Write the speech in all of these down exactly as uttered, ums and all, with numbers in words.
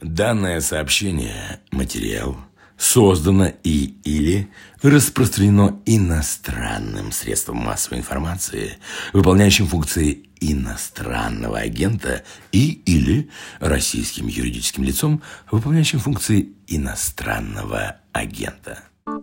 Данное сообщение, материал, создано и или распространено иностранным средством массовой информации, выполняющим функции иностранного агента, и или российским юридическим лицом, выполняющим функции иностранного агента.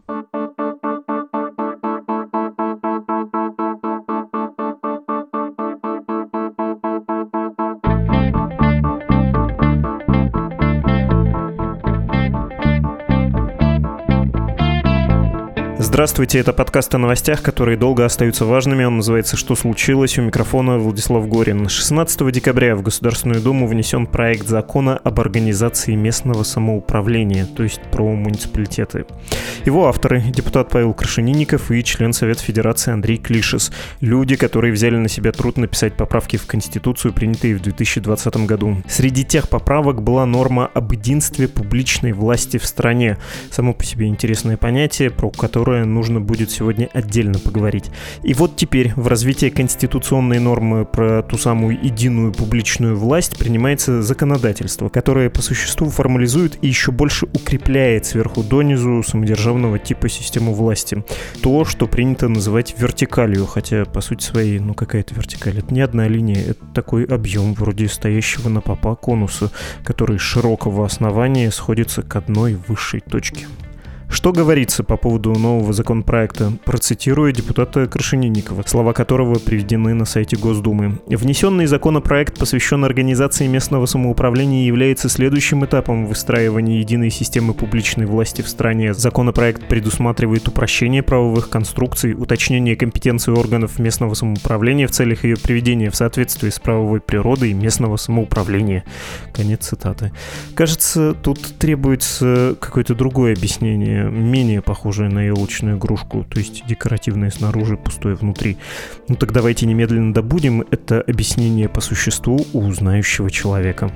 Здравствуйте, это подкаст о новостях, которые долго остаются важными. Он называется «Что случилось?». У микрофона Владислав Горин. шестнадцатого декабря в Государственную Думу внесен проект закона об организации местного самоуправления, то есть про муниципалитеты. Его авторы – депутат Павел Крашенинников и член Совета Федерации Андрей Клишес. Люди, которые взяли на себя труд написать поправки в Конституцию, принятые в две тысячи двадцатом году. Среди тех поправок была норма об единстве публичной власти в стране. Само по себе интересное понятие, про которое нужно будет сегодня отдельно поговорить. И вот теперь в развитии конституционной нормы про ту самую единую публичную власть принимается законодательство, которое по существу формализует и еще больше укрепляет сверху донизу самодержавного типа систему власти. То, что принято называть вертикалью, хотя по сути своей, ну какая это вертикаль? Это не одна линия, это такой объем вроде стоящего на попа конуса, который с широкого основания сходится к одной высшей точке. Что говорится по поводу нового законопроекта? Процитирую депутата Крашенинникова, слова которого приведены на сайте Госдумы. Внесенный законопроект посвящен организации местного самоуправления и является следующим этапом выстраивания единой системы публичной власти в стране. Законопроект предусматривает упрощение правовых конструкций, уточнение компетенций органов местного самоуправления в целях ее приведения в соответствии с правовой природой местного самоуправления. Конец цитаты. Кажется, тут требуется какое-то другое объяснение, менее похожее на елочную игрушку, то есть декоративное снаружи, пустое внутри. Ну так давайте немедленно добудем это объяснение по существу у знающего человека.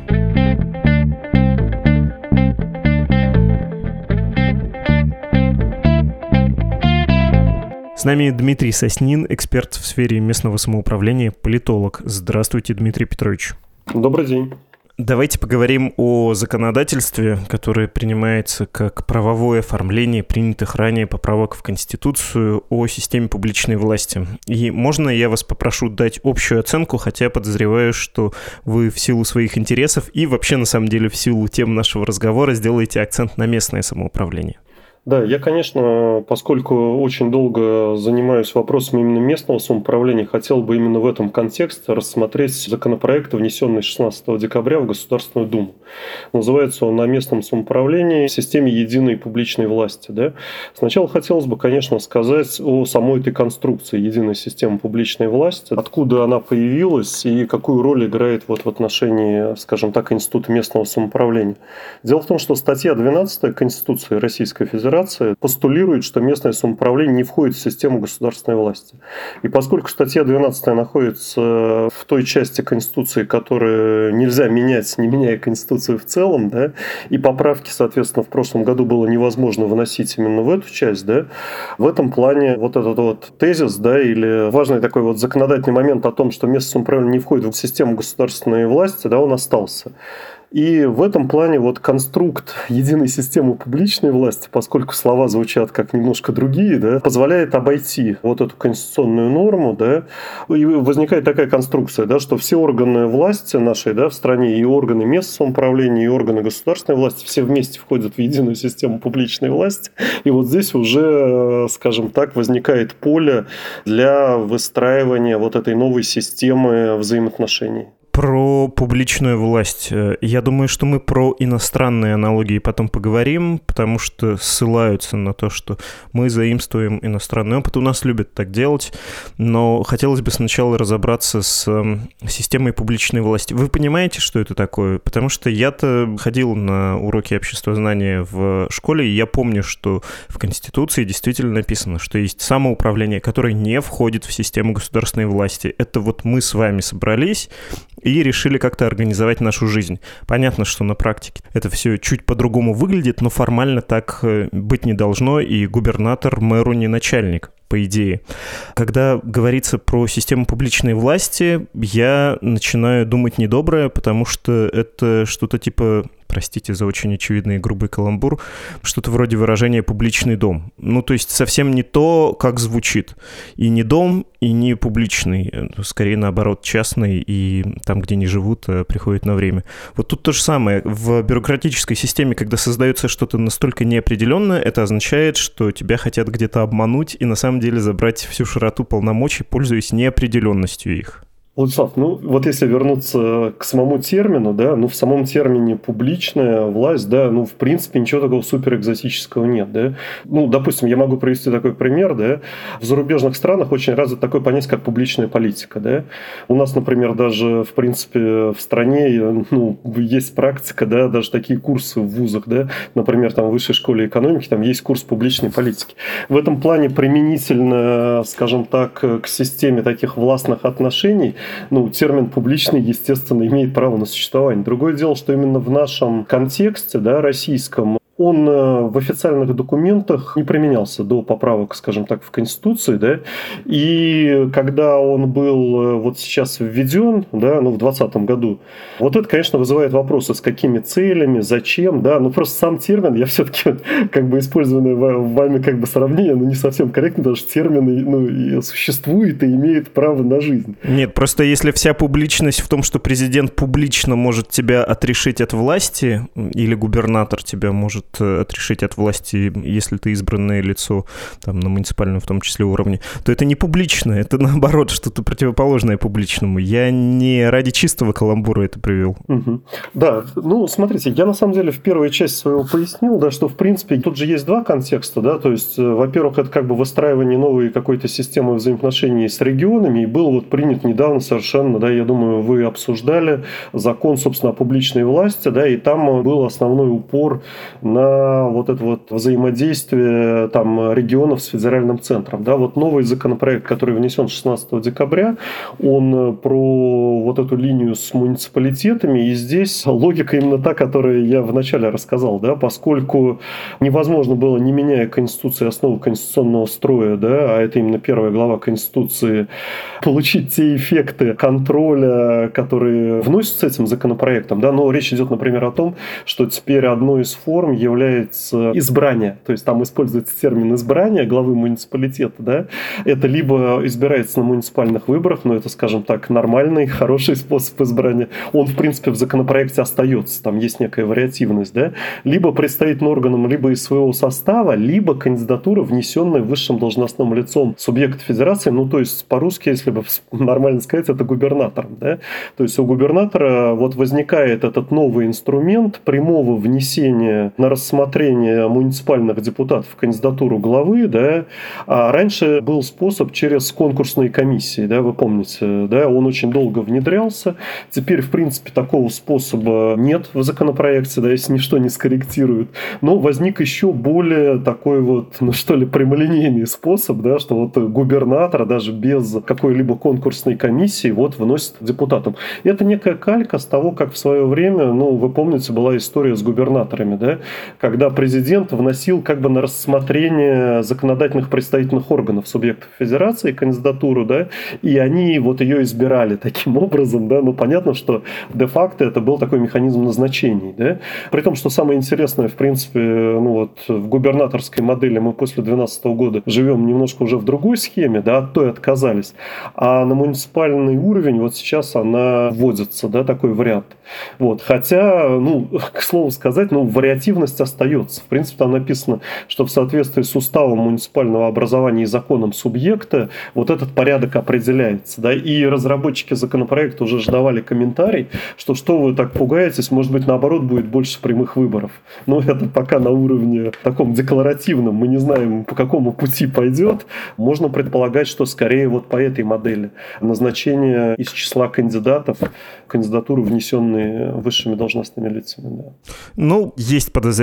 С нами Дмитрий Соснин, эксперт в сфере местного самоуправления, политолог. Здравствуйте, Дмитрий Петрович. Добрый день. Давайте поговорим о законодательстве, которое принимается как правовое оформление принятых ранее поправок в Конституцию о системе публичной власти. И можно я вас попрошу дать общую оценку, хотя подозреваю, что вы в силу своих интересов и вообще на самом деле в силу тем нашего разговора сделаете акцент на местное самоуправление. Да, я, конечно, поскольку очень долго занимаюсь вопросами именно местного самоуправления, хотел бы именно в этом контексте рассмотреть законопроект, внесенный шестнадцатого декабря в Государственную Думу. Называется он «О местном самоуправлении в системе единой публичной власти». Да? Сначала хотелось бы, конечно, сказать о самой этой конструкции единой системы публичной власти, откуда она появилась и какую роль играет вот в отношении, скажем так, института местного самоуправления. Дело в том, что статья двенадцатая Конституции Российской Федерации постулирует, что местное самоуправление не входит в систему государственной власти. И поскольку статья двенадцатая находится в той части Конституции, которую нельзя менять, не меняя Конституцию в целом, да, и поправки, соответственно, в прошлом году было невозможно выносить именно в эту часть, да, в этом плане вот этот вот тезис, да, или важный такой вот законодательный момент о том, что местное самоуправление не входит в систему государственной власти, да, он остался. И в этом плане вот конструкт единой системы публичной власти, поскольку слова звучат как немножко другие, да, позволяет обойти вот эту конституционную норму, да, и возникает такая конструкция, да, что все органы власти нашей, да, в стране, и органы местного самоуправления, и органы государственной власти, все вместе входят в единую систему публичной власти. И вот здесь уже, скажем так, возникает поле для выстраивания вот этой новой системы взаимоотношений. Про публичную власть. Я думаю, что мы про иностранные аналогии потом поговорим, потому что ссылаются на то, что мы заимствуем иностранный опыт. У нас любят так делать, но хотелось бы сначала разобраться с системой публичной власти. Вы понимаете, что это такое? Потому что я-то ходил на уроки обществознания в школе, и я помню, что в Конституции действительно написано, что есть самоуправление, которое не входит в систему государственной власти. Это вот мы с вами собрались и решили как-то организовать нашу жизнь. Понятно, что на практике это все чуть по-другому выглядит, но формально так быть не должно, и губернатор мэру не начальник, по идее. Когда говорится про систему публичной власти, я начинаю думать недоброе, потому что это что-то типа простите за очень очевидный и грубый каламбур, что-то вроде выражения «публичный дом». Ну, то есть совсем не то, как звучит. И не дом, и не публичный. Скорее, наоборот, частный, и там, где не живут, приходят на время. Вот тут то же самое. В бюрократической системе, когда создается что-то настолько неопределенное, это означает, что тебя хотят где-то обмануть и на самом деле забрать всю широту полномочий, пользуясь неопределенностью их. Владислав, ну вот если вернуться к самому термину, да, ну в самом термине публичная власть, да, ну в принципе ничего такого суперэкзотического нет, да. Ну, допустим, я могу привести такой пример, да, в зарубежных странах очень развит такое понятие, как публичная политика, да. У нас, например, даже в принципе в стране, ну, есть практика, да, даже такие курсы в вузах, да, например, там в высшей школе экономики, там есть курс публичной политики. В этом плане применительно, скажем так, к системе таких властных отношений, ну, термин «публичный», естественно, имеет право на существование. Другое дело, что именно в нашем контексте, да, российском, он в официальных документах не применялся до поправок, скажем так, в Конституции, да, и когда он был вот сейчас введен, да, ну, в двадцатом году, вот это, конечно, вызывает вопросы, с какими целями, зачем, да, ну, просто сам термин, я все-таки, как бы, использованное вами, как бы, сравнение, ну, не совсем корректно, потому что термин, ну, существует и имеет право на жизнь. Нет, просто если вся публичность в том, что президент публично может тебя отрешить от власти, или губернатор тебя может отрешить от власти, если ты избранное лицо, там, на муниципальном в том числе уровне, то это не публично, это наоборот что-то противоположное публичному. Я не ради чистого каламбура это привел. Угу. Да, ну, смотрите, я на самом деле в первой части своего пояснил, да, что в принципе тут же есть два контекста, да, то есть, во-первых, это как бы выстраивание новой какой-то системы взаимоотношений с регионами, и был вот принят недавно совершенно, да, я думаю, вы обсуждали закон, собственно, о публичной власти, да, и там был основной упор на вот это вот взаимодействие там регионов с федеральным центром. Да, вот новый законопроект, который внесен шестнадцатого декабря, он про вот эту линию с муниципалитетами, и здесь логика именно та, которую я вначале рассказал, да, поскольку невозможно было, не меняя Конституции, основу конституционного строя, да, а это именно первая глава Конституции, получить те эффекты контроля, которые вносятся этим законопроектом, да, но речь идет, например, о том, что теперь одной из форм является избрание, то есть там используется термин избрания главы муниципалитета, да, это либо избирается на муниципальных выборах, но это, скажем так, нормальный, хороший способ избрания, он, в принципе, в законопроекте остается, там есть некая вариативность, да, либо представительным органом, либо из своего состава, либо кандидатура, внесенная высшим должностным лицом субъекта федерации, ну, то есть по-русски, если бы нормально сказать, это губернатором, да, то есть у губернатора вот возникает этот новый инструмент прямого внесения на рассмотрение муниципальных депутатов в кандидатуру главы, да, а раньше был способ через конкурсные комиссии, да, вы помните, да, он очень долго внедрялся, теперь, в принципе, такого способа нет в законопроекте, да, если ничто не скорректирует, но возник еще более такой вот, ну, что ли, прямолинейный способ, да, что вот губернатор даже без какой-либо конкурсной комиссии вот вносит депутатам. Это некая калька с того, как в свое время, ну, вы помните, была история с губернаторами, да, когда президент вносил как бы на рассмотрение законодательных представительных органов субъектов федерации кандидатуру, да, и они вот ее избирали таким образом, да, ну, понятно, что де-факто это был такой механизм назначений, да, при том, что самое интересное, в принципе, ну, вот в губернаторской модели мы после две тысячи двенадцатого года живем немножко уже в другой схеме, да, от той отказались, а на муниципальный уровень вот сейчас она вводится, да, такой вариант. Вот, хотя, ну, к слову сказать, ну, вариативность остается. В принципе, там написано, что в соответствии с уставом муниципального образования и законом субъекта вот этот порядок определяется. Да? И разработчики законопроекта уже ждали комментарий, что что вы так пугаетесь, может быть, наоборот, будет больше прямых выборов. Но это пока на уровне таком декларативном, мы не знаем, по какому пути пойдет. Можно предполагать, что скорее вот по этой модели назначение из числа кандидатов, кандидатуры, внесенные высшими должностными лицами. Да. Ну, есть подозрение,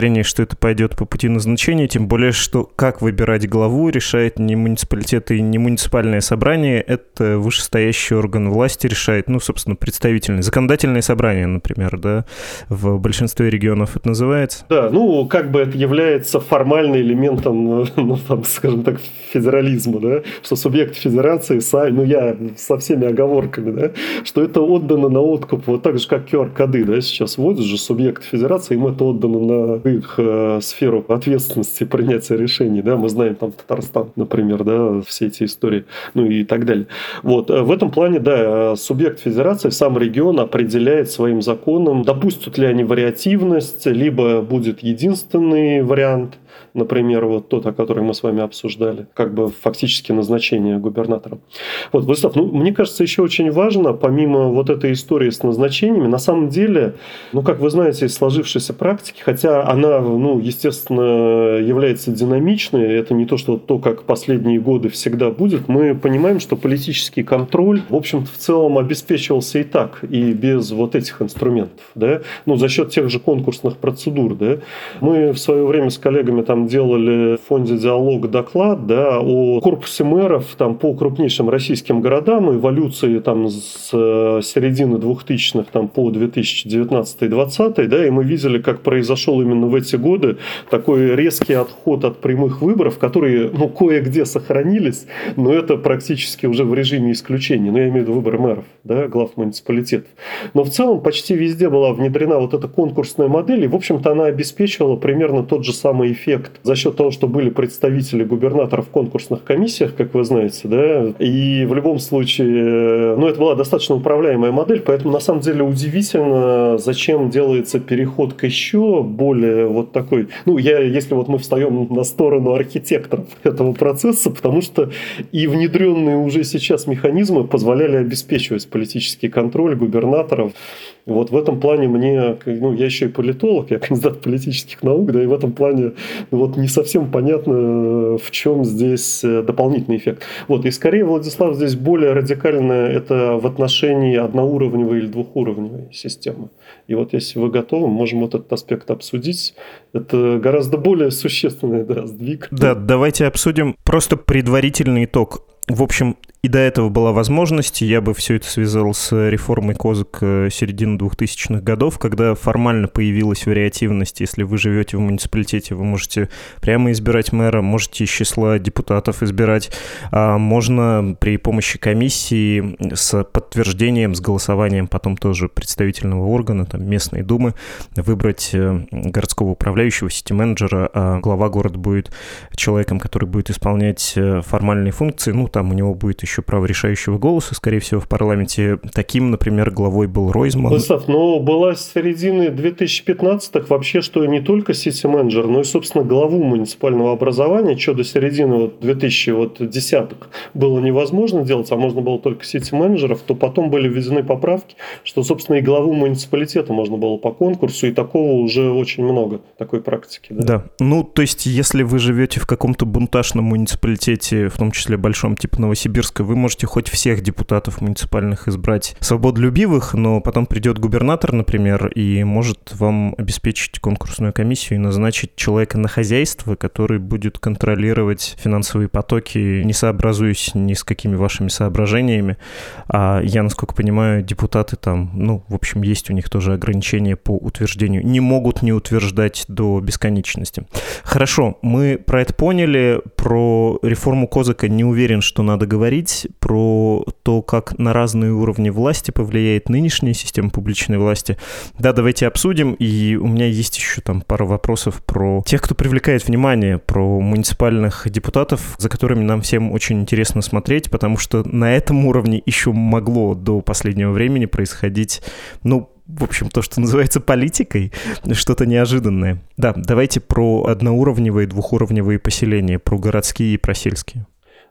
зрения, что это пойдет по пути назначения, тем более, что как выбирать главу решает не муниципалитет и не муниципальное собрание, это вышестоящий орган власти решает, ну, собственно, представительное, законодательное собрание, например, да, в большинстве регионов это называется. Да, ну, как бы это является формальным элементом, ну, там, скажем так, федерализма, да, что субъект федерации, ну, я со всеми оговорками, да, что это отдано на откуп, вот так же, как ку ар-коды, да, сейчас вводят же субъект федерации, им это отдано на их э, сферу ответственности принятия решений, да, мы знаем там Татарстан, например, да, все эти истории, ну и так далее. Вот, в этом плане, да, субъект федерации, сам регион определяет своим законом, допустят ли они вариативность, либо будет единственный вариант, например, вот тот, о котором мы с вами обсуждали, как бы фактически назначение губернатором. Вот, Владислав, ну, мне кажется, еще очень важно, помимо вот этой истории с назначениями, на самом деле, ну, как вы знаете, из сложившейся практики, хотя она, ну, естественно, является динамичной, это не то, что то, как последние годы всегда будет, мы понимаем, что политический контроль, в общем-то, в целом обеспечивался и так, и без вот этих инструментов, да, ну, за счет тех же конкурсных процедур, да. Мы в свое время с коллегами там делали в фонде «Диалог» доклад, да, о корпусе мэров там, по крупнейшим российским городам, эволюции там, с середины двухтысячных там, по две тысячи девятнадцатый - двадцатый, да, и мы видели, как произошел именно в эти годы такой резкий отход от прямых выборов, которые ну, кое-где сохранились, но это практически уже в режиме исключения. Ну, я имею в виду выборы мэров, да, глав муниципалитетов. Но в целом почти везде была внедрена вот эта конкурсная модель, и, в общем-то, она обеспечивала примерно тот же самый эффект за счет того, что были представители губернаторов в конкурсных комиссиях, как вы знаете, да, и в любом случае, ну, это была достаточно управляемая модель, поэтому на самом деле удивительно, зачем делается переход к еще более вот такой, ну, я, если вот мы встаем на сторону архитекторов этого процесса, потому что и внедренные уже сейчас механизмы позволяли обеспечивать политический контроль губернаторов. Вот в этом плане мне, ну, я еще и политолог, я кандидат политических наук, да, и в этом плане вот не совсем понятно, в чем здесь дополнительный эффект. Вот, и скорее, Владислав, здесь более радикально это в отношении одноуровневой или двухуровневой системы. И вот если вы готовы, можем вот этот аспект обсудить. Это гораздо более существенный, да, сдвиг. Да, давайте обсудим просто предварительный итог. В общем, и до этого была возможность, я бы все это связал с реформой КОЗыК середины двухтысячных годов, когда формально появилась вариативность. Если вы живете в муниципалитете, вы можете прямо избирать мэра, можете из числа депутатов избирать. А можно при помощи комиссии с подтверждением, с голосованием потом тоже представительного органа, там, местной думы, выбрать городского управляющего, сити-менеджера, а глава города будет человеком, который будет исполнять формальные функции. Ну, там у него будет еще еще право решающего голоса, скорее всего, в парламенте. Таким, например, главой был Ройзман. Владислав, но была с середины две тысячи пятнадцатых вообще, что не только сити-менеджер, но и, собственно, главу муниципального образования, что до середины вот, две тысячи десятых было невозможно делать, а можно было только сити-менеджеров, то потом были введены поправки, что, собственно, и главу муниципалитета можно было по конкурсу, и такого уже очень много, такой практики. Да, да. Ну, то есть, если вы живете в каком-то бунтажном муниципалитете, в том числе большом, типа Новосибирска, вы можете хоть всех депутатов муниципальных избрать свободолюбивых, но потом придет губернатор, например, и может вам обеспечить конкурсную комиссию и назначить человека на хозяйство, который будет контролировать финансовые потоки, не сообразуясь ни с какими вашими соображениями. А я, насколько понимаю, депутаты там, ну, в общем, есть у них тоже ограничения по утверждению. Не могут не утверждать до бесконечности. Хорошо, мы про это поняли. Про реформу КОЗыКа не уверен, что надо говорить. Про то, как на разные уровни власти повлияет нынешняя система публичной власти. Да, давайте обсудим. И у меня есть еще там пара вопросов про тех, кто привлекает внимание, про муниципальных депутатов, за которыми нам всем очень интересно смотреть, потому что на этом уровне еще могло до последнего времени происходить, ну, в общем, то, что называется политикой, что-то неожиданное. Да, давайте про одноуровневые, двухуровневые поселения, про городские и про сельские.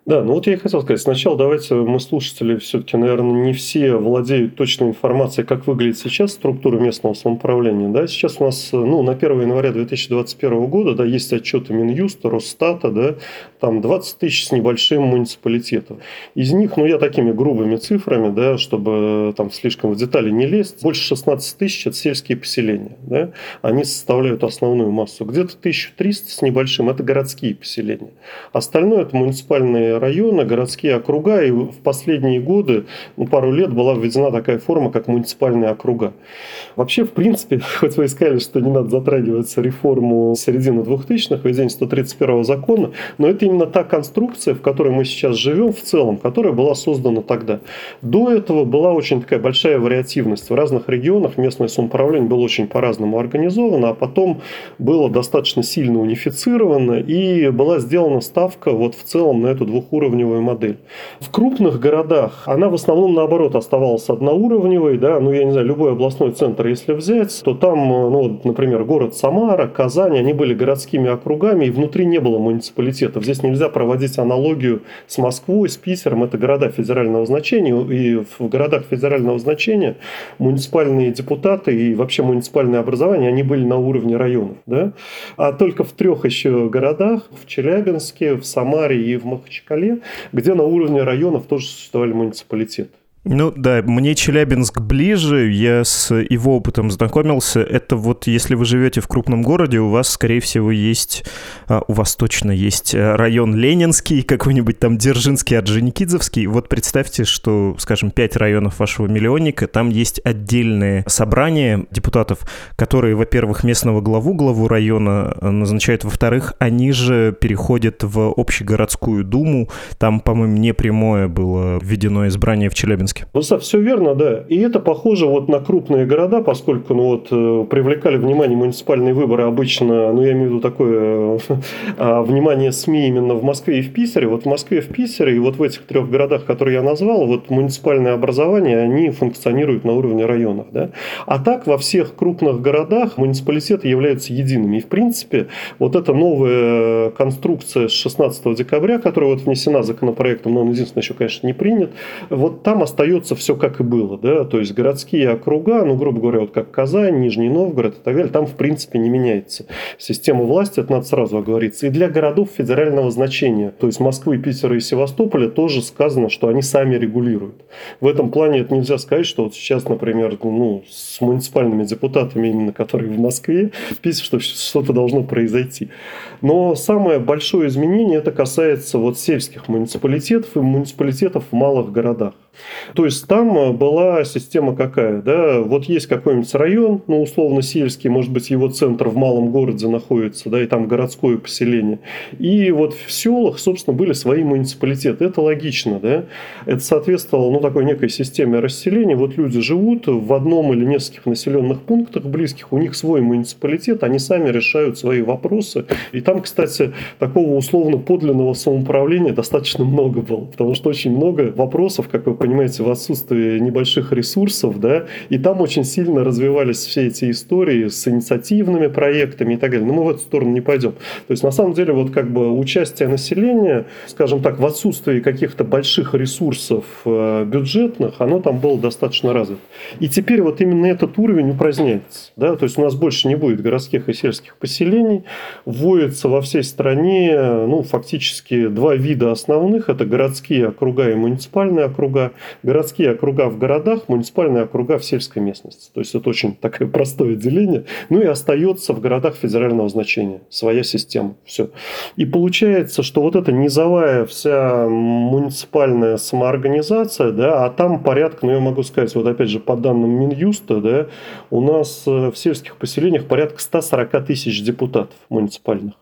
Да, ну вот я и хотел сказать. Сначала давайте мы, слушатели, все-таки, наверное, не все владеют точной информацией, как выглядит сейчас структура местного самоуправления. Да? Сейчас у нас, ну, на первое января две тысячи двадцать первого года, да, есть отчеты Минюста, Росстата, да, там двадцать тысяч с небольшим муниципалитетов. Из них, ну, я такими грубыми цифрами, да, чтобы там слишком в детали не лезть, больше шестнадцать тысяч – это сельские поселения. Да? Они составляют основную массу. Где-то тысяча триста с небольшим – это городские поселения. Остальное – это муниципальные районы, городские округа, и в последние годы, ну, пару лет была введена такая форма, как муниципальные округа. Вообще, в принципе, хоть вы и сказали, что не надо затрагивать реформу середины двухтысячных, введение сто тридцать первого закона, но это именно та конструкция, в которой мы сейчас живем в целом, которая была создана тогда. До этого была очень такая большая вариативность. В разных регионах местное самоуправление было очень по-разному организовано, а потом было достаточно сильно унифицировано, и была сделана ставка вот в целом на эту двухуровневую модель. В крупных городах она в основном, наоборот, оставалась одноуровневой. Да? Ну, я не знаю, любой областной центр, если взять, то там, ну, например, город Самара, Казань, они были городскими округами, и внутри не было муниципалитетов. Здесь нельзя проводить аналогию с Москвой, с Питером. Это города федерального значения, и в городах федерального значения муниципальные депутаты и вообще муниципальное образование, они были на уровне районов. Да? А только в трех еще городах, в Челябинске, в Самаре и в Махачкале, где на уровне районов тоже существовали муниципалитеты. Ну да, мне Челябинск ближе, я с его опытом знакомился. Это вот если вы живете в крупном городе, у вас, скорее всего, есть, а, у вас точно есть район Ленинский, какой-нибудь там Дзержинский, Орджоникидзевский. Вот представьте, что, скажем, пять районов вашего миллионника, там есть отдельные собрания депутатов, которые, во-первых, местного главу, главу района назначают, во-вторых, они же переходят в общегородскую думу. Там, по-моему, непрямое было введено избрание в Челябинске. Ну, все верно, да. И это похоже вот на крупные города, поскольку ну, вот, привлекали внимание муниципальные выборы обычно, ну, я имею в виду такое внимание СМИ именно в Москве и в Питере. Вот в Москве и в Питере, и вот в этих трех городах, которые я назвал, вот муниципальное образование, они функционируют на уровне районов. Да? А так во всех крупных городах муниципалитеты являются едиными. И, в принципе, вот эта новая конструкция с шестнадцатого декабря, которая вот внесена законопроектом, но он единственное еще, конечно, не принят, вот там остается остается все как и было, да, то есть городские округа, ну, грубо говоря, вот как Казань, Нижний Новгород и так далее, там, в принципе, не меняется система власти, это надо сразу оговориться. И для городов федерального значения, то есть Москвы, Питера и Севастополя, тоже сказано, что они сами регулируют. В этом плане это нельзя сказать, что вот сейчас, например, ну, с муниципальными депутатами, именно которые в Москве, в Питере, что что-то должно произойти. Но самое большое изменение, это касается вот сельских муниципалитетов и муниципалитетов в малых городах. То есть там была система какая, да, вот есть какой-нибудь район, ну, условно сельский, может быть, его центр в малом городе находится, да, и там городское поселение. И вот в селах, собственно, были свои муниципалитеты. Это логично, да. Это соответствовало, ну, такой некой системе расселения. Вот люди живут в одном или нескольких населенных пунктах близких, у них свой муниципалитет, они сами решают свои вопросы. И там, кстати, такого условно подлинного самоуправления достаточно много было, потому что очень много вопросов, как вы понимаете, в отсутствии небольших ресурсов, да, и там очень сильно развивались все эти истории с инициативными проектами и так далее. Но мы в эту сторону не пойдем. То есть, на самом деле, вот как бы участие населения, скажем так, в отсутствии каких-то больших ресурсов бюджетных, оно там было достаточно развито. И теперь вот именно этот уровень упраздняется, да, то есть у нас больше не будет городских и сельских поселений, вводится во всей стране, ну, фактически два вида основных, это городские округа и муниципальные округа. Городские округа в городах, муниципальные округа в сельской местности. То есть это очень такое простое деление. Ну и остается в городах федерального значения своя система. Все. И получается, что вот эта низовая вся муниципальная самоорганизация, да, а там порядка, ну я могу сказать, вот опять же по данным Минюста, да, у нас в сельских поселениях порядка сто сорок тысяч депутатов муниципальных.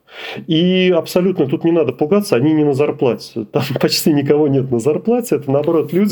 И абсолютно тут не надо пугаться, они не на зарплате. Там почти никого нет на зарплате. Это, наоборот, люди,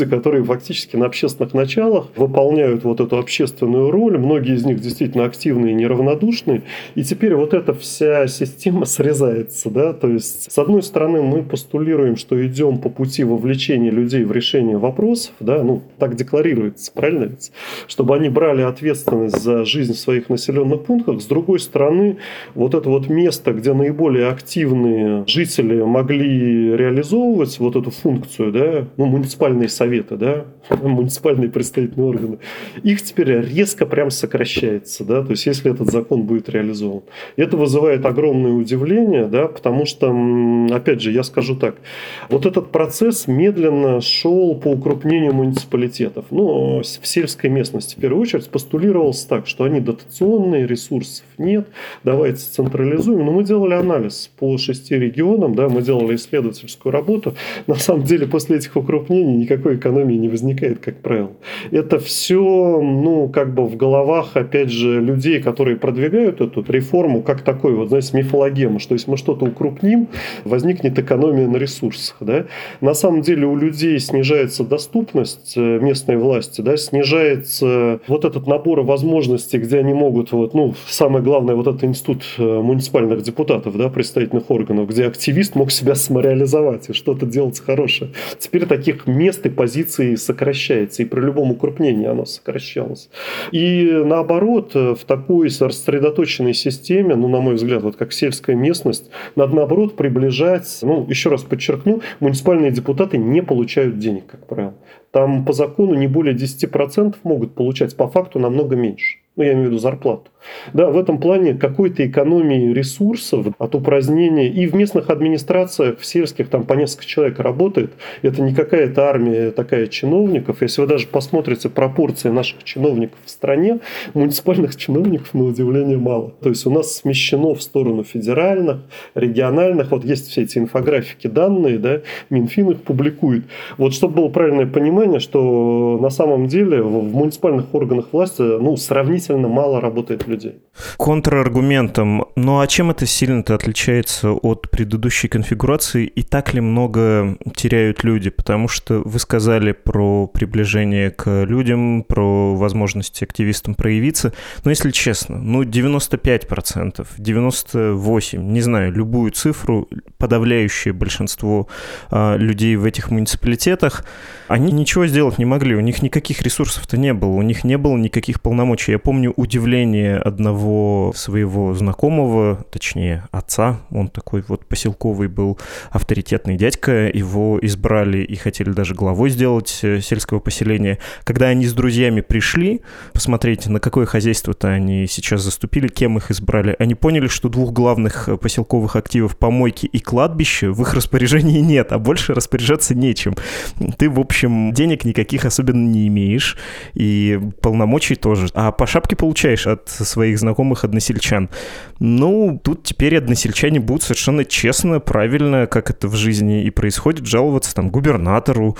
которые фактически на общественных началах выполняют вот эту общественную роль. Многие из них действительно активные и неравнодушные. И теперь вот эта вся система срезается. Да? То есть, с одной стороны, мы постулируем, что идем по пути вовлечения людей в решение вопросов. Да? Ну, так декларируется, правильно ведь? Чтобы они брали ответственность за жизнь в своих населенных пунктах. С другой стороны, вот это вот место, где наиболее активные жители могли реализовывать вот эту функцию, да, ну, муниципальные советы, да, муниципальные представительные органы, их теперь резко прям сокращается, да, то есть если этот закон будет реализован. Это вызывает огромное удивление, да, потому что, опять же, я скажу так, вот этот процесс медленно шел по укрупнению муниципалитетов. Ну, в сельской местности, в первую очередь, постулировалось так, что они дотационные, ресурсов нет, давайте централизуем. Но мы делали анализ по шести регионам, да, мы делали исследовательскую работу. На самом деле, после этих укрупнений никакой экономии не возникает, как правило. Это все, ну, как бы в головах, опять же, людей, которые продвигают эту реформу, как такой, вот, знаете, мифологема, что если мы что-то укрупним, возникнет экономия на ресурсах, да. На самом деле у людей снижается доступность местной власти, да, снижается вот этот набор возможностей, где они могут, вот, ну, самое главное, вот этот институт муниципальных депутатов, да, представительных органов, где активист мог себя самореализовать и что-то делать хорошее. Теперь таких мест и позиций сокращается, и при любом укрупнении оно сокращалось. И наоборот, в такой рассредоточенной системе, ну, на мой взгляд, вот как сельская местность, надо, наоборот, приближать, ну, еще раз подчеркну, муниципальные депутаты не получают денег, как правило. Там по закону не более десять процентов могут получать, по факту намного меньше. Ну, я имею в виду зарплату. Да, в этом плане какой-то экономии ресурсов от упразднения. И в местных администрациях, в сельских, там по несколько человек работает. Это не какая-то армия такая чиновников. Если вы даже посмотрите пропорции наших чиновников в стране, муниципальных чиновников, на удивление, мало. То есть у нас смещено в сторону федеральных, региональных. Вот есть все эти инфографики, данные, да, Минфин их публикует. Вот чтобы было правильное понимание, что на самом деле в муниципальных органах власти, ну, сравнительно мало работает людей. Контраргументом. Ну а чем это сильно-то отличается от предыдущей конфигурации? И так ли много теряют люди? Потому что вы сказали про приближение к людям, про возможности активистам проявиться. Но если честно, ну девяносто пять процентов, девяносто восемь процентов, не знаю, любую цифру, подавляющее большинство а, людей в этих муниципалитетах, они ничего сделать не могли. У них никаких ресурсов-то не было. У них не было никаких полномочий. Я помню удивление одного своего знакомого, точнее отца, он такой вот поселковый был, авторитетный дядька, его избрали и хотели даже главой сделать сельского поселения. Когда они с друзьями пришли посмотреть, на какое хозяйство-то они сейчас заступили, кем их избрали, они поняли, что двух главных поселковых активов, помойки и кладбища, в их распоряжении нет, а больше распоряжаться нечем. Ты, в общем, денег никаких особенно не имеешь, и полномочий тоже. А по шапке получаешь от своих знакомых односельчан. Ну, тут теперь односельчане будут совершенно честно, правильно, как это в жизни и происходит, жаловаться там губернатору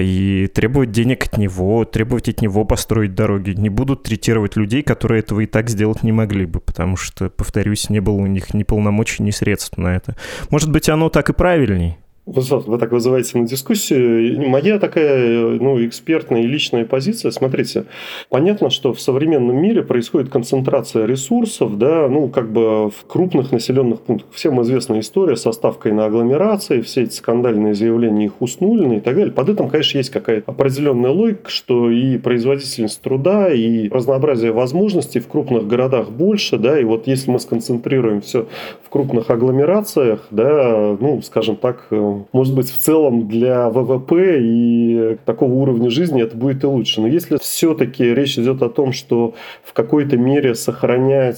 и требовать денег от него, требовать от него построить дороги. Не будут третировать людей, которые этого и так сделать не могли бы, потому что, повторюсь, не было у них ни полномочий, ни средств на это. Может быть, оно так и правильней? Вот вы так вызываете на дискуссию. Моя такая, ну, экспертная и личная позиция. Смотрите, понятно, что в современном мире происходит концентрация ресурсов, да, ну, как бы в крупных населенных пунктах. Всем известна история со ставкой на агломерации, все эти скандальные заявления их уснули и так далее. Под этим, конечно, есть какая-то определенная логика, что и производительность труда, и разнообразие возможностей в крупных городах больше, да, и вот если мы сконцентрируем все в крупных агломерациях, да, ну, скажем так, может быть, в целом для ВВП и такого уровня жизни это будет и лучше. Но если все-таки речь идет о том, что в какой-то мере сохранять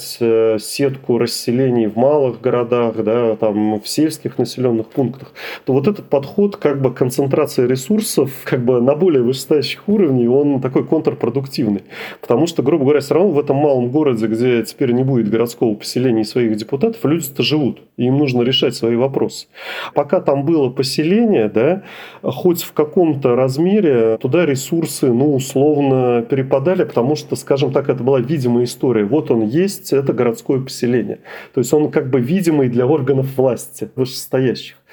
сетку расселений в малых городах, да, там, в сельских населенных пунктах, то вот этот подход как бы концентрации ресурсов как бы на более вышестоящих уровнях, он такой контрпродуктивный. Потому что, грубо говоря, все равно в этом малом городе, где теперь не будет городского поселения и своих депутатов, люди-то живут. И им нужно решать свои вопросы. Пока там было поселение, да, хоть в каком-то размере туда ресурсы, ну, условно перепадали, потому что, скажем так, это была видимая история. Вот он есть, это городское поселение. То есть он как бы видимый для органов власти вышестоящих.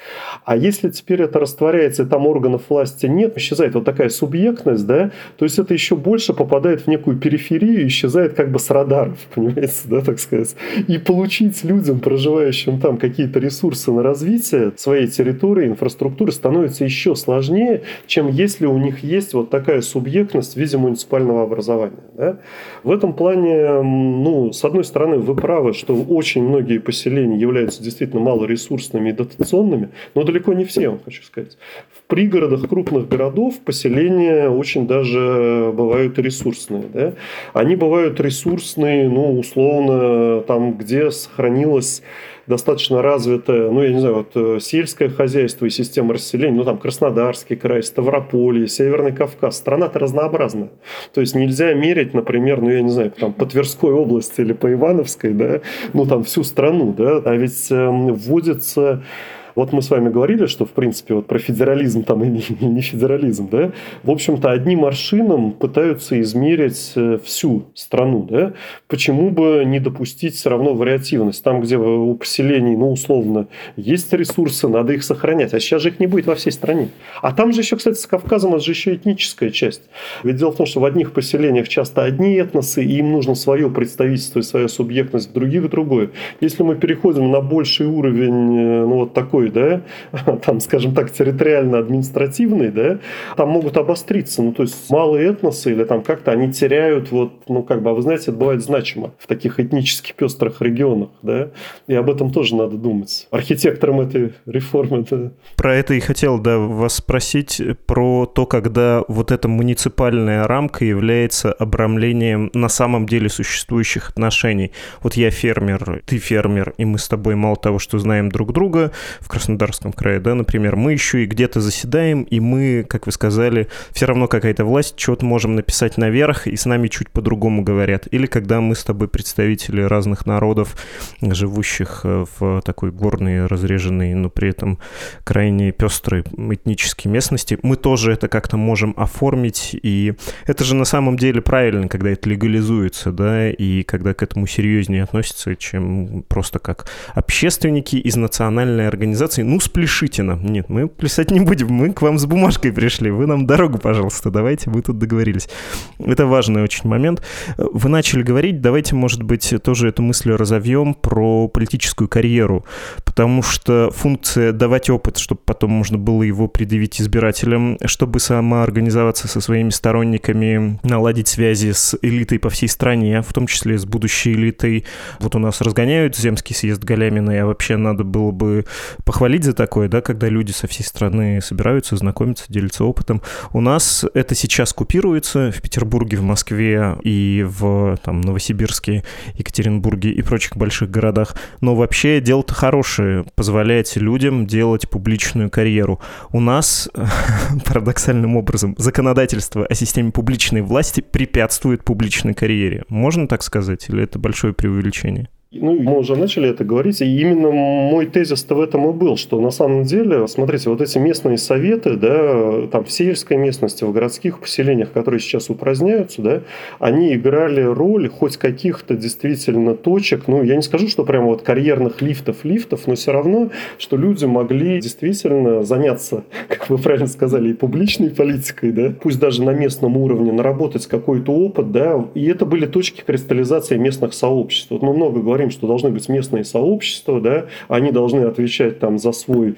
А если теперь это растворяется, и там органов власти нет, исчезает вот такая субъектность, да, то есть это еще больше попадает в некую периферию, исчезает как бы с радаров, понимаете, да, так сказать. И получить людям, проживающим там, какие-то ресурсы на развитие своей территории, инфраструктуры становится еще сложнее, чем если у них есть вот такая субъектность в виде муниципального образования. Да? В этом плане, ну, с одной стороны, вы правы, что очень многие поселения являются действительно малоресурсными и дотационными, но далеко не все, я вам хочу сказать. В пригородах крупных городов поселения очень даже бывают ресурсные. Да? Они бывают ресурсные, ну, условно, там, где сохранилась достаточно развитое, ну, я не знаю, вот сельское хозяйство и система расселения, ну, там, Краснодарский край, Ставрополье, Северный Кавказ. Страна-то разнообразная. То есть, нельзя мерить, например, ну, я не знаю, там, по Тверской области или по Ивановской, да, ну, там, всю страну, да, а ведь э, вводится... Вот мы с вами говорили, что, в принципе, вот про федерализм там и не, и не федерализм, да, в общем-то, одним аршином пытаются измерить всю страну, да, почему бы не допустить все равно вариативность, там, где у поселений, ну, условно, есть ресурсы, надо их сохранять, а сейчас же их не будет во всей стране. А там же еще, кстати, с Кавказом, это же еще этническая часть. Ведь дело в том, что в одних поселениях часто одни этносы, и им нужно свое представительство и своя субъектность, в других другое. Если мы переходим на больший уровень, ну, вот такой, да, там, скажем так, территориально-административный, да, там могут обостриться, ну, то есть малые этносы или там как-то они теряют, вот, ну, как бы, а вы знаете, это бывает значимо в таких этнически пестрых регионах, да, и об этом тоже надо думать. Архитекторам этой реформы, да. Про это и хотел, да, вас спросить, про то, когда вот эта муниципальная рамка является обрамлением на самом деле существующих отношений. Вот я фермер, ты фермер, и мы с тобой мало того, что знаем друг друга, в Краснодарском крае, да, например, мы еще и где-то заседаем, и мы, как вы сказали, все равно какая-то власть, что-то можем написать наверх, и с нами чуть по-другому говорят. Или когда мы с тобой представители разных народов, живущих в такой горной, разреженной, но при этом крайне пестрой этнической местности, мы тоже это как-то можем оформить, и это же на самом деле правильно, когда это легализуется, да, и когда к этому серьезнее относятся, чем просто как общественники из национальной организации. Ну, спляшите нам. Нет, мы плясать не будем. Мы к вам с бумажкой пришли. Вы нам дорогу, пожалуйста, давайте, мы тут договорились. Это важный очень момент. Вы начали говорить, давайте, может быть, тоже эту мысль разовьем про политическую карьеру, потому что функция давать опыт, чтобы потом можно было его предъявить избирателям, чтобы самоорганизоваться со своими сторонниками, наладить связи с элитой по всей стране, в том числе с будущей элитой. Вот у нас разгоняют Земский съезд Галямина, а вообще надо было бы похвалить за такое, да, когда люди со всей страны собираются, знакомятся, делятся опытом. У нас это сейчас купируется в Петербурге, в Москве и в там, Новосибирске, Екатеринбурге и прочих больших городах. Но вообще дело-то хорошее, позволяет людям делать публичную карьеру. У нас парадоксальным образом законодательство о системе публичной власти препятствует публичной карьере. Можно так сказать, или это большое преувеличение? Ну, мы уже начали это говорить, и именно мой тезис-то в этом и был, что на самом деле, смотрите, вот эти местные советы, да, там в сельской местности, в городских поселениях, которые сейчас упраздняются, да, они играли роль хоть каких-то действительно точек, ну, я не скажу, что прямо вот карьерных лифтов, лифтов, но все равно, что люди могли действительно заняться, как вы правильно сказали, и публичной политикой, да, пусть даже на местном уровне, наработать какой-то опыт, да, и это были точки кристаллизации местных сообществ. Вот мы много говорим, что должны быть местные сообщества, да, они должны отвечать там за свой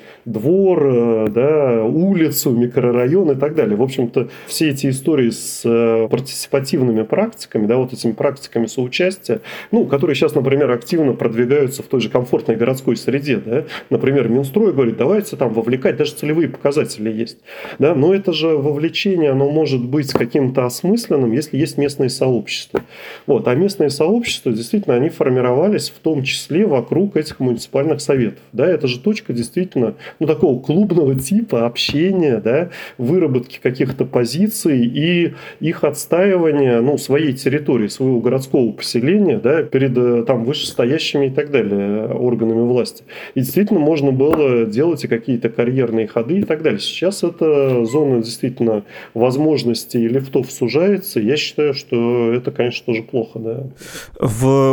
двор, да, улицу, микрорайон и так далее. В общем-то, все эти истории с партиципативными практиками, да, вот этими практиками соучастия, ну, которые сейчас, например, активно продвигаются в той же комфортной городской среде, да, например, Минстрой говорит, давайте там вовлекать, даже целевые показатели есть, да, но это же вовлечение, оно может быть каким-то осмысленным, если есть местные сообщества. Вот, а местные сообщества, действительно, они формировали в том числе вокруг этих муниципальных советов. Да, это же точка действительно ну, такого клубного типа общения, да, выработки каких-то позиций и их отстаивания ну, своей территории, своего городского поселения да, перед там, вышестоящими и так далее органами власти. И действительно можно было делать и какие-то карьерные ходы и так далее. Сейчас эта зона действительно возможностей и лифтов сужается. Я считаю, что это, конечно, тоже плохо. Да. В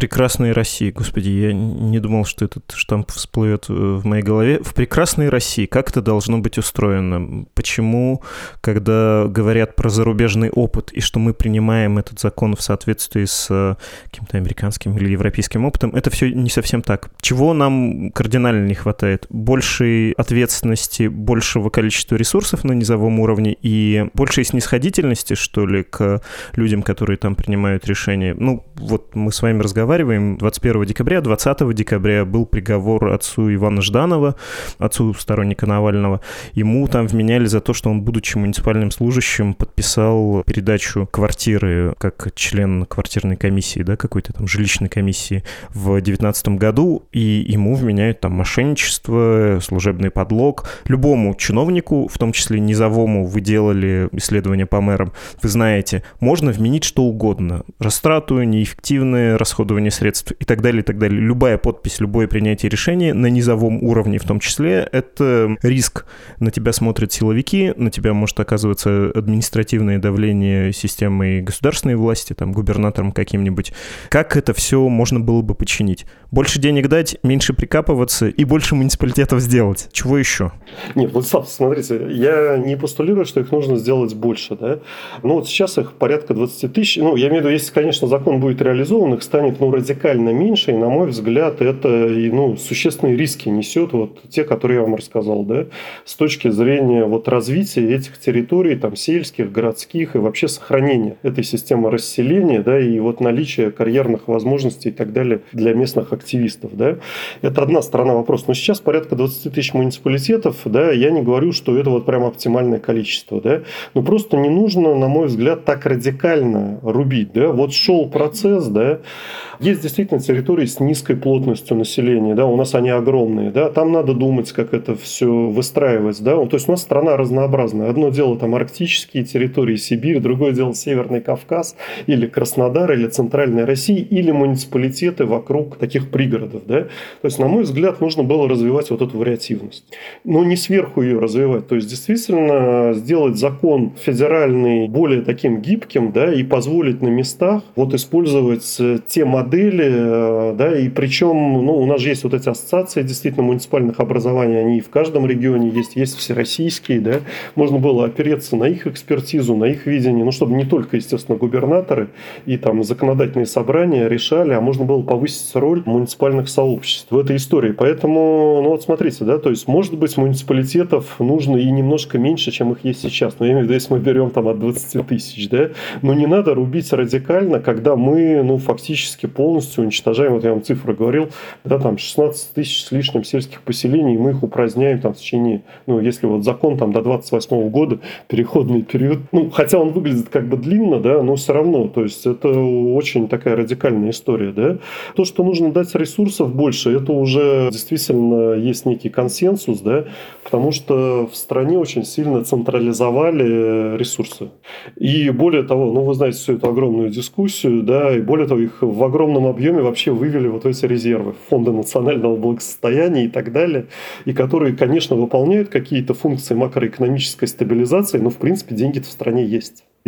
прекрасной России, господи, я не думал, что этот штамп всплывет в моей голове. В прекрасной России как это должно быть устроено? Почему, когда говорят про зарубежный опыт и что мы принимаем этот закон в соответствии с каким-то американским или европейским опытом, это все не совсем так. Чего нам кардинально не хватает? Большей ответственности, большего количества ресурсов на низовом уровне и большей снисходительности, что ли, к людям, которые там принимают решения. Ну, вот мы с вами разговариваем. двадцать первого декабря, двадцатого декабря был приговор отцу Ивана Жданова, отцу сторонника Навального. Ему там вменяли за то, что он, будучи муниципальным служащим, подписал передачу квартиры как член квартирной комиссии, да, какой-то там жилищной комиссии в девятнадцатом году, и ему вменяют там мошенничество, служебный подлог. Любому чиновнику, в том числе низовому, вы делали исследования по мэрам, вы знаете, можно вменить что угодно. Растрату, неэффективное расходование средств и так далее, и так далее. Любая подпись, любое принятие решения на низовом уровне в том числе, это риск. На тебя смотрят силовики, на тебя может оказываться административное давление системой государственной власти, там, губернатором каким-нибудь. Как это все можно было бы починить? Больше денег дать, меньше прикапываться и больше муниципалитетов сделать. Чего еще? Нет, Владислав, смотрите, я не постулирую, что их нужно сделать больше, да. Ну вот сейчас их порядка двадцать тысяч. Ну, я имею в виду, если, конечно, закон будет реализован, их станет, ну, радикально меньше, и, на мой взгляд, это, и, ну, существенные риски несет вот те, которые я вам рассказал, да, с точки зрения вот развития этих территорий, там, сельских, городских, и вообще сохранения этой системы расселения, да, и вот наличия карьерных возможностей и так далее для местных активистов, да. Это одна сторона вопроса. Но сейчас порядка двадцать тысяч муниципалитетов, да, я не говорю, что это вот прям оптимальное количество, да, но просто не нужно, на мой взгляд, так радикально рубить, да. Вот шел процесс, да, есть действительно территории с низкой плотностью населения, да, у нас они огромные, да, там надо думать, как это все выстраивать, да, то есть у нас страна разнообразная. Одно дело там арктические территории, Сибирь, другое дело Северный Кавказ или Краснодар, или Центральная Россия, или муниципалитеты вокруг таких пригородов, да. То есть, на мой взгляд, нужно было развивать вот эту вариативность, но не сверху ее развивать, то есть, действительно сделать закон федеральный более таким гибким, да, и позволить на местах вот использовать те модели, да, и причем, ну, у нас же есть вот эти ассоциации действительно муниципальных образований, они и в каждом регионе есть, есть всероссийские, да, можно было опереться на их экспертизу, на их видение, ну, чтобы не только, естественно, губернаторы и там законодательные собрания решали, а можно было повысить роль муниципальных сообществ в этой истории. Поэтому, ну, вот смотрите, да, то есть, может быть, муниципалитетов нужно и немножко меньше, чем их есть сейчас, но я имею в виду, если мы берем там от двадцати тысяч, да, но не надо рубить радикально, когда мы, ну, фактически полностью уничтожаем, вот я вам цифры говорил, да, там шестнадцать тысяч с лишним сельских поселений, и мы их упраздняем там в течение, ну, если вот закон там до двадцать восьмого года, переходный период, ну, хотя он выглядит как бы длинно, да, но все равно, то есть, это очень такая радикальная история, да. То, что нужно дать ресурсов больше, это уже действительно есть некий консенсус, да, потому что в стране очень сильно централизовали ресурсы. И более того, ну, вы знаете всю эту огромную дискуссию, да, и более того, их в огромном объеме вообще вывели вот эти резервы, фонды национального благосостояния и так далее, и которые, конечно, выполняют какие-то функции макроэкономической стабилизации, но, в принципе, деньги-то в стране есть. И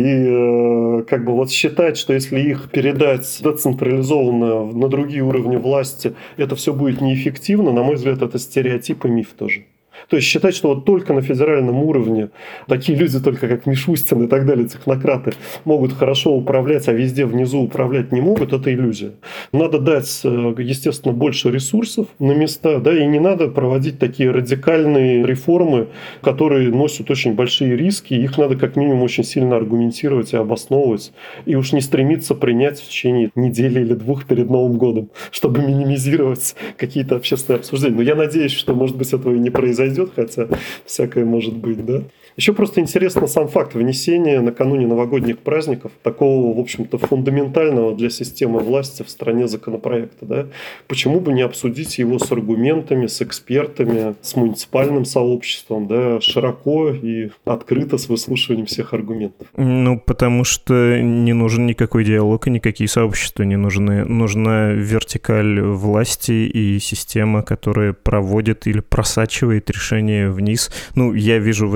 э, как бы вот считать, что если их передать децентрализованно на другие уровни власти, это все будет неэффективно, на мой взгляд, это стереотип и миф тоже. То есть считать, что вот только на федеральном уровне такие люди, только как Мишустин и так далее, технократы, могут хорошо управлять, а везде внизу управлять не могут, это иллюзия. Надо дать, естественно, больше ресурсов на места, да, и не надо проводить такие радикальные реформы, которые носят очень большие риски, их надо как минимум очень сильно аргументировать и обосновывать, и уж не стремиться принять в течение недели или двух перед Новым годом, чтобы минимизировать какие-то общественные обсуждения. Но я надеюсь, что, может быть, этого и не произойдет, хотя всякое может быть, да. Еще просто интересно сам факт внесения накануне новогодних праздников такого, в общем-то, фундаментального для системы власти в стране законопроекта, да. Почему бы не обсудить его с аргументами, с экспертами, с муниципальным сообществом, да, широко и открыто с выслушиванием всех аргументов? Ну, потому что не нужен никакой диалог и никакие сообщества не нужны. Нужна вертикаль власти и система, которая проводит или просачивает решения вниз. Ну, я вижу в этом логику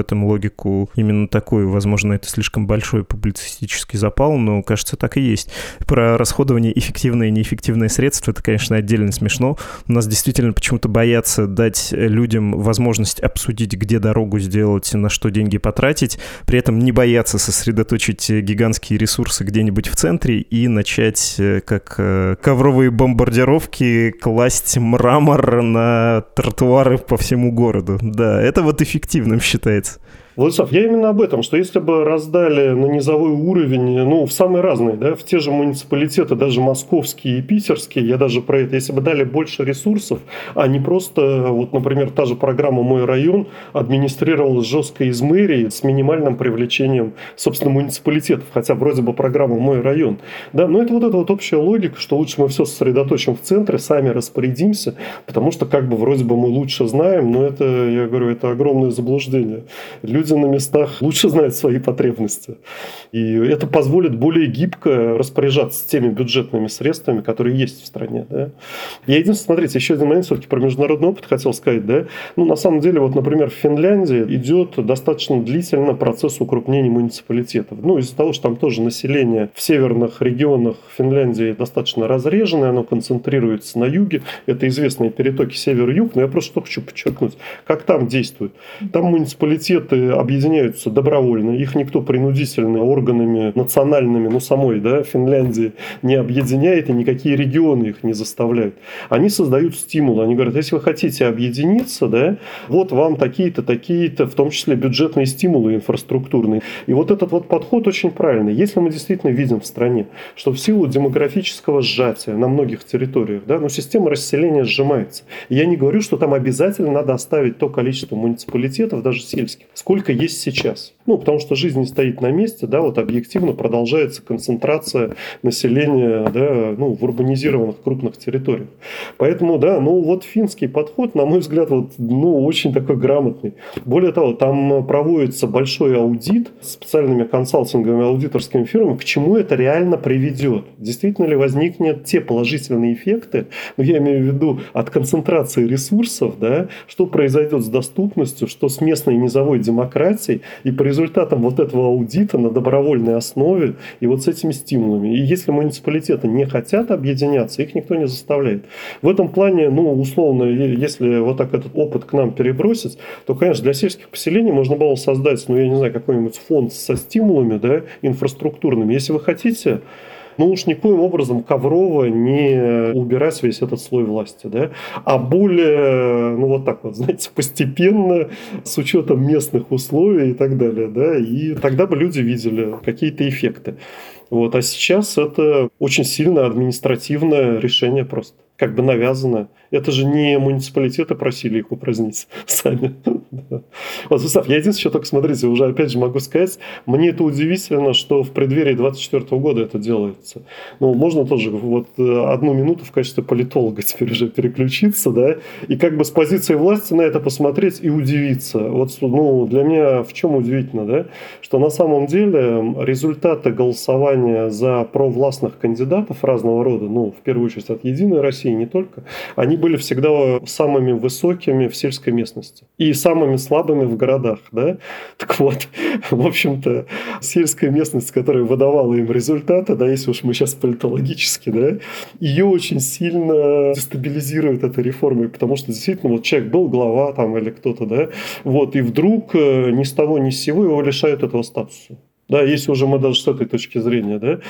логику именно такую. Возможно, это слишком большой публицистический запал, но, кажется, так и есть. Про расходование эффективное и неэффективное средства, это, конечно, отдельно смешно. У нас действительно почему-то боятся дать людям возможность обсудить, где дорогу сделать, на что деньги потратить, при этом не боятся сосредоточить гигантские ресурсы где-нибудь в центре и начать, как ковровые бомбардировки, класть мрамор на тротуары по всему городу. Да, это вот эффективным считается. Владислав, я именно об этом, что если бы раздали на низовой уровень, ну, в самые разные, да, в те же муниципалитеты, даже московские и питерские, я даже про это, если бы дали больше ресурсов, а не просто, вот, например, та же программа «Мой район» администрировалась жестко из мэрии с минимальным привлечением, собственно, муниципалитетов, хотя вроде бы программа «Мой район». Да, но это вот эта вот общая логика, что лучше мы все сосредоточим в центре, сами распорядимся, потому что как бы вроде бы мы лучше знаем, но это, я говорю, это огромное заблуждение. Люди на местах лучше знают свои потребности. И это позволит более гибко распоряжаться теми бюджетными средствами, которые есть в стране. Да? Я единственное, смотрите, еще один момент все-таки про международный опыт хотел сказать. Да? Ну, на самом деле, вот, например, в Финляндии идет достаточно длительно процесс укрупнения муниципалитетов. Ну, из-за того, что там тоже население в северных регионах Финляндии достаточно разреженное, оно концентрируется на юге. Это известные перетоки север-юг. Но я просто что хочу подчеркнуть, как там действует. Там муниципалитеты объединяются добровольно, их никто принудительно органами национальными, ну, самой, да, Финляндии не объединяет, и никакие регионы их не заставляют. Они создают стимул, они говорят, если вы хотите объединиться, да, вот вам такие-то, такие-то, в том числе бюджетные стимулы инфраструктурные. И вот этот вот подход очень правильный. Если мы действительно видим в стране, что в силу демографического сжатия на многих территориях, да, ну, система расселения сжимается. И я не говорю, что там обязательно надо оставить то количество муниципалитетов, даже сельских, сколько есть сейчас. Ну, потому что жизнь не стоит на месте, да, вот объективно продолжается концентрация населения, да, ну, в урбанизированных крупных территориях. Поэтому, да, ну, вот финский подход, на мой взгляд, вот, ну, очень такой грамотный. Более того, там проводится большой аудит с специальными консалтинговыми аудиторскими фирмами, к чему это реально приведет. Действительно ли возникнет те положительные эффекты, ну, я имею в виду от концентрации ресурсов, да, что произойдет с доступностью, что с местной низовой демократией, и по результатам вот этого аудита на добровольной основе и вот с этими стимулами. И если муниципалитеты не хотят объединяться, их никто не заставляет. В этом плане, ну, условно, если вот так этот опыт к нам перебросить, то, конечно, для сельских поселений можно было создать, ну, я не знаю, какой-нибудь фонд со стимулами, да, инфраструктурными. Если вы хотите, ну уж никоим образом коврово не убирать весь этот слой власти, да, а более, ну вот так вот, знаете, постепенно, с учетом местных условий и так далее, да, и тогда бы люди видели какие-то эффекты. Вот, а сейчас это очень сильно административное решение просто, как бы навязанное. Это же не муниципалитеты просили их упразднить сами. Вот, Владислав, я единственное, что только, смотрите, уже опять же могу сказать, мне это удивительно, что в преддверии двадцать четвёртого года это делается. Ну, можно тоже вот одну минуту в качестве политолога теперь уже переключиться, да, и как бы с позиции власти на это посмотреть и удивиться. Вот, ну, для меня в чем удивительно, да, что на самом деле результаты голосования за провластных кандидатов разного рода, ну, в первую очередь от «Единой России», не только, они были всегда самыми высокими в сельской местности и самыми слабыми в городах, да. Так вот, в общем-то, сельская местность, которая выдавала им результаты, да, если уж мы сейчас политологически, да, ее очень сильно дестабилизирует этой реформой, потому что действительно вот человек был глава там или кто-то, да, вот, и вдруг ни с того ни с сего его лишают этого статуса. Да, если уже мы даже с этой точки зрения, да,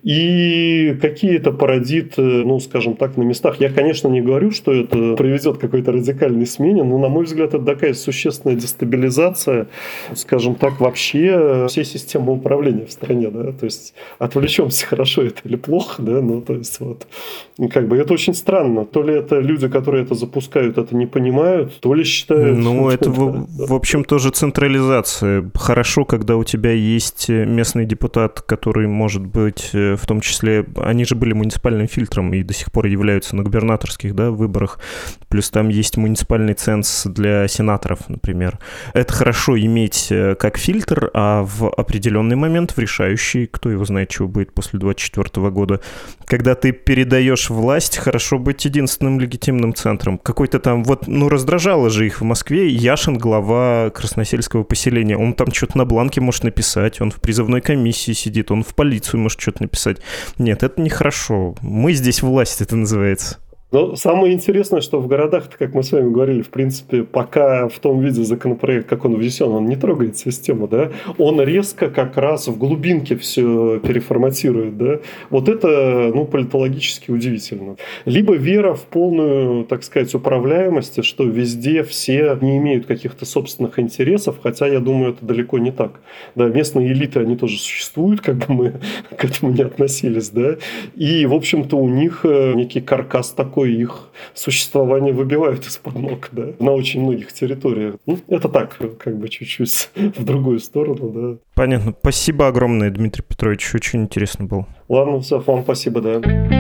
и какие это породит, ну, скажем так, на местах. Я, конечно, не говорю, что это приведет к какой-то радикальной смене, но, на мой взгляд, это такая существенная дестабилизация, скажем так, вообще всей системы управления в стране, да, то есть отвлечемся, хорошо это или плохо, да, ну, то есть вот, как бы это очень странно, то ли это люди, которые это запускают, это не понимают, то ли считают... Ну, это, в, в общем, тоже централизация. Хорошо, когда у тебя есть местный депутат, который, может быть, в том числе, они же были муниципальным фильтром и до сих пор являются на губернаторских, да, выборах, плюс там есть муниципальный ценз для сенаторов, например. Это хорошо иметь как фильтр, а в определенный момент, в решающий, кто его знает, чего будет после двадцать четвёртого года, когда ты передаешь власть, хорошо быть единственным легитимным центром. Какой-то там, вот, ну, раздражало же их в Москве. Яшин, глава красносельского поселения, он там что-то на бланке может написать, он в призывной комиссии сидит, он в полицию может что-то написать. Нет, это нехорошо. Мы здесь власть, это называется. Но самое интересное, что в городах, как мы с вами говорили, в принципе, пока в том виде законопроект, как он внесен, он не трогает систему, да, он резко как раз в глубинке все переформатирует, да. Вот это, ну, политологически удивительно. Либо вера в полную, так сказать, управляемость, что везде все не имеют каких-то собственных интересов, хотя, я думаю, это далеко не так. Да, местные элиты, они тоже существуют, как бы мы к этому не относились, да, и, в общем-то, у них некий каркас такой, их существование выбивают из-под ног, да, на очень многих территориях. Ну, это так, как бы чуть-чуть в другую сторону, да. Понятно. Спасибо огромное, Дмитрий Петрович, очень интересно было. Ладно, все, вам спасибо, да.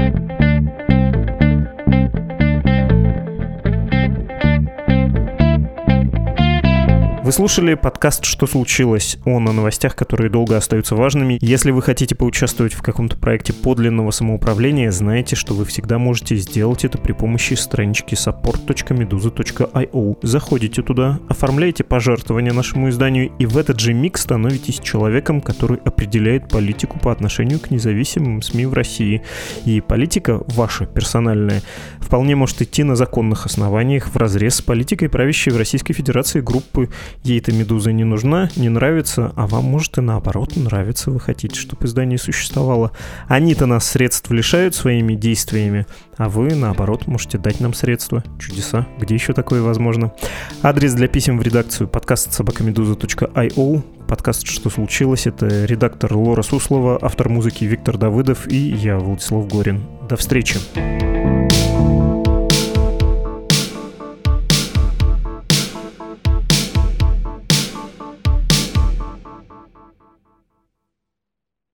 Вы слушали подкаст «Что случилось?» Он о новостях, которые долго остаются важными. Если вы хотите поучаствовать в каком-то проекте подлинного самоуправления, знайте, что вы всегда можете сделать это при помощи странички support точка meduza точка io. Заходите туда, оформляете пожертвования нашему изданию и в этот же миг становитесь человеком, который определяет политику по отношению к независимым СМИ в России. И политика ваша, персональная, вполне может идти на законных основаниях вразрез с политикой правящей в Российской Федерации группы. Ей эта «Медуза» не нужна, не нравится, а вам, может, и наоборот нравится. Вы хотите, чтобы издание существовало. Они-то нас средств лишают своими действиями, а вы, наоборот, можете дать нам средства. Чудеса. Где еще такое возможно? Адрес для писем в редакцию: подкаст собака медуза точка io. Подкаст «Что случилось?» — это редактор Лора Суслова, автор музыки Виктор Давыдов и я, Владислав Горин. До встречи.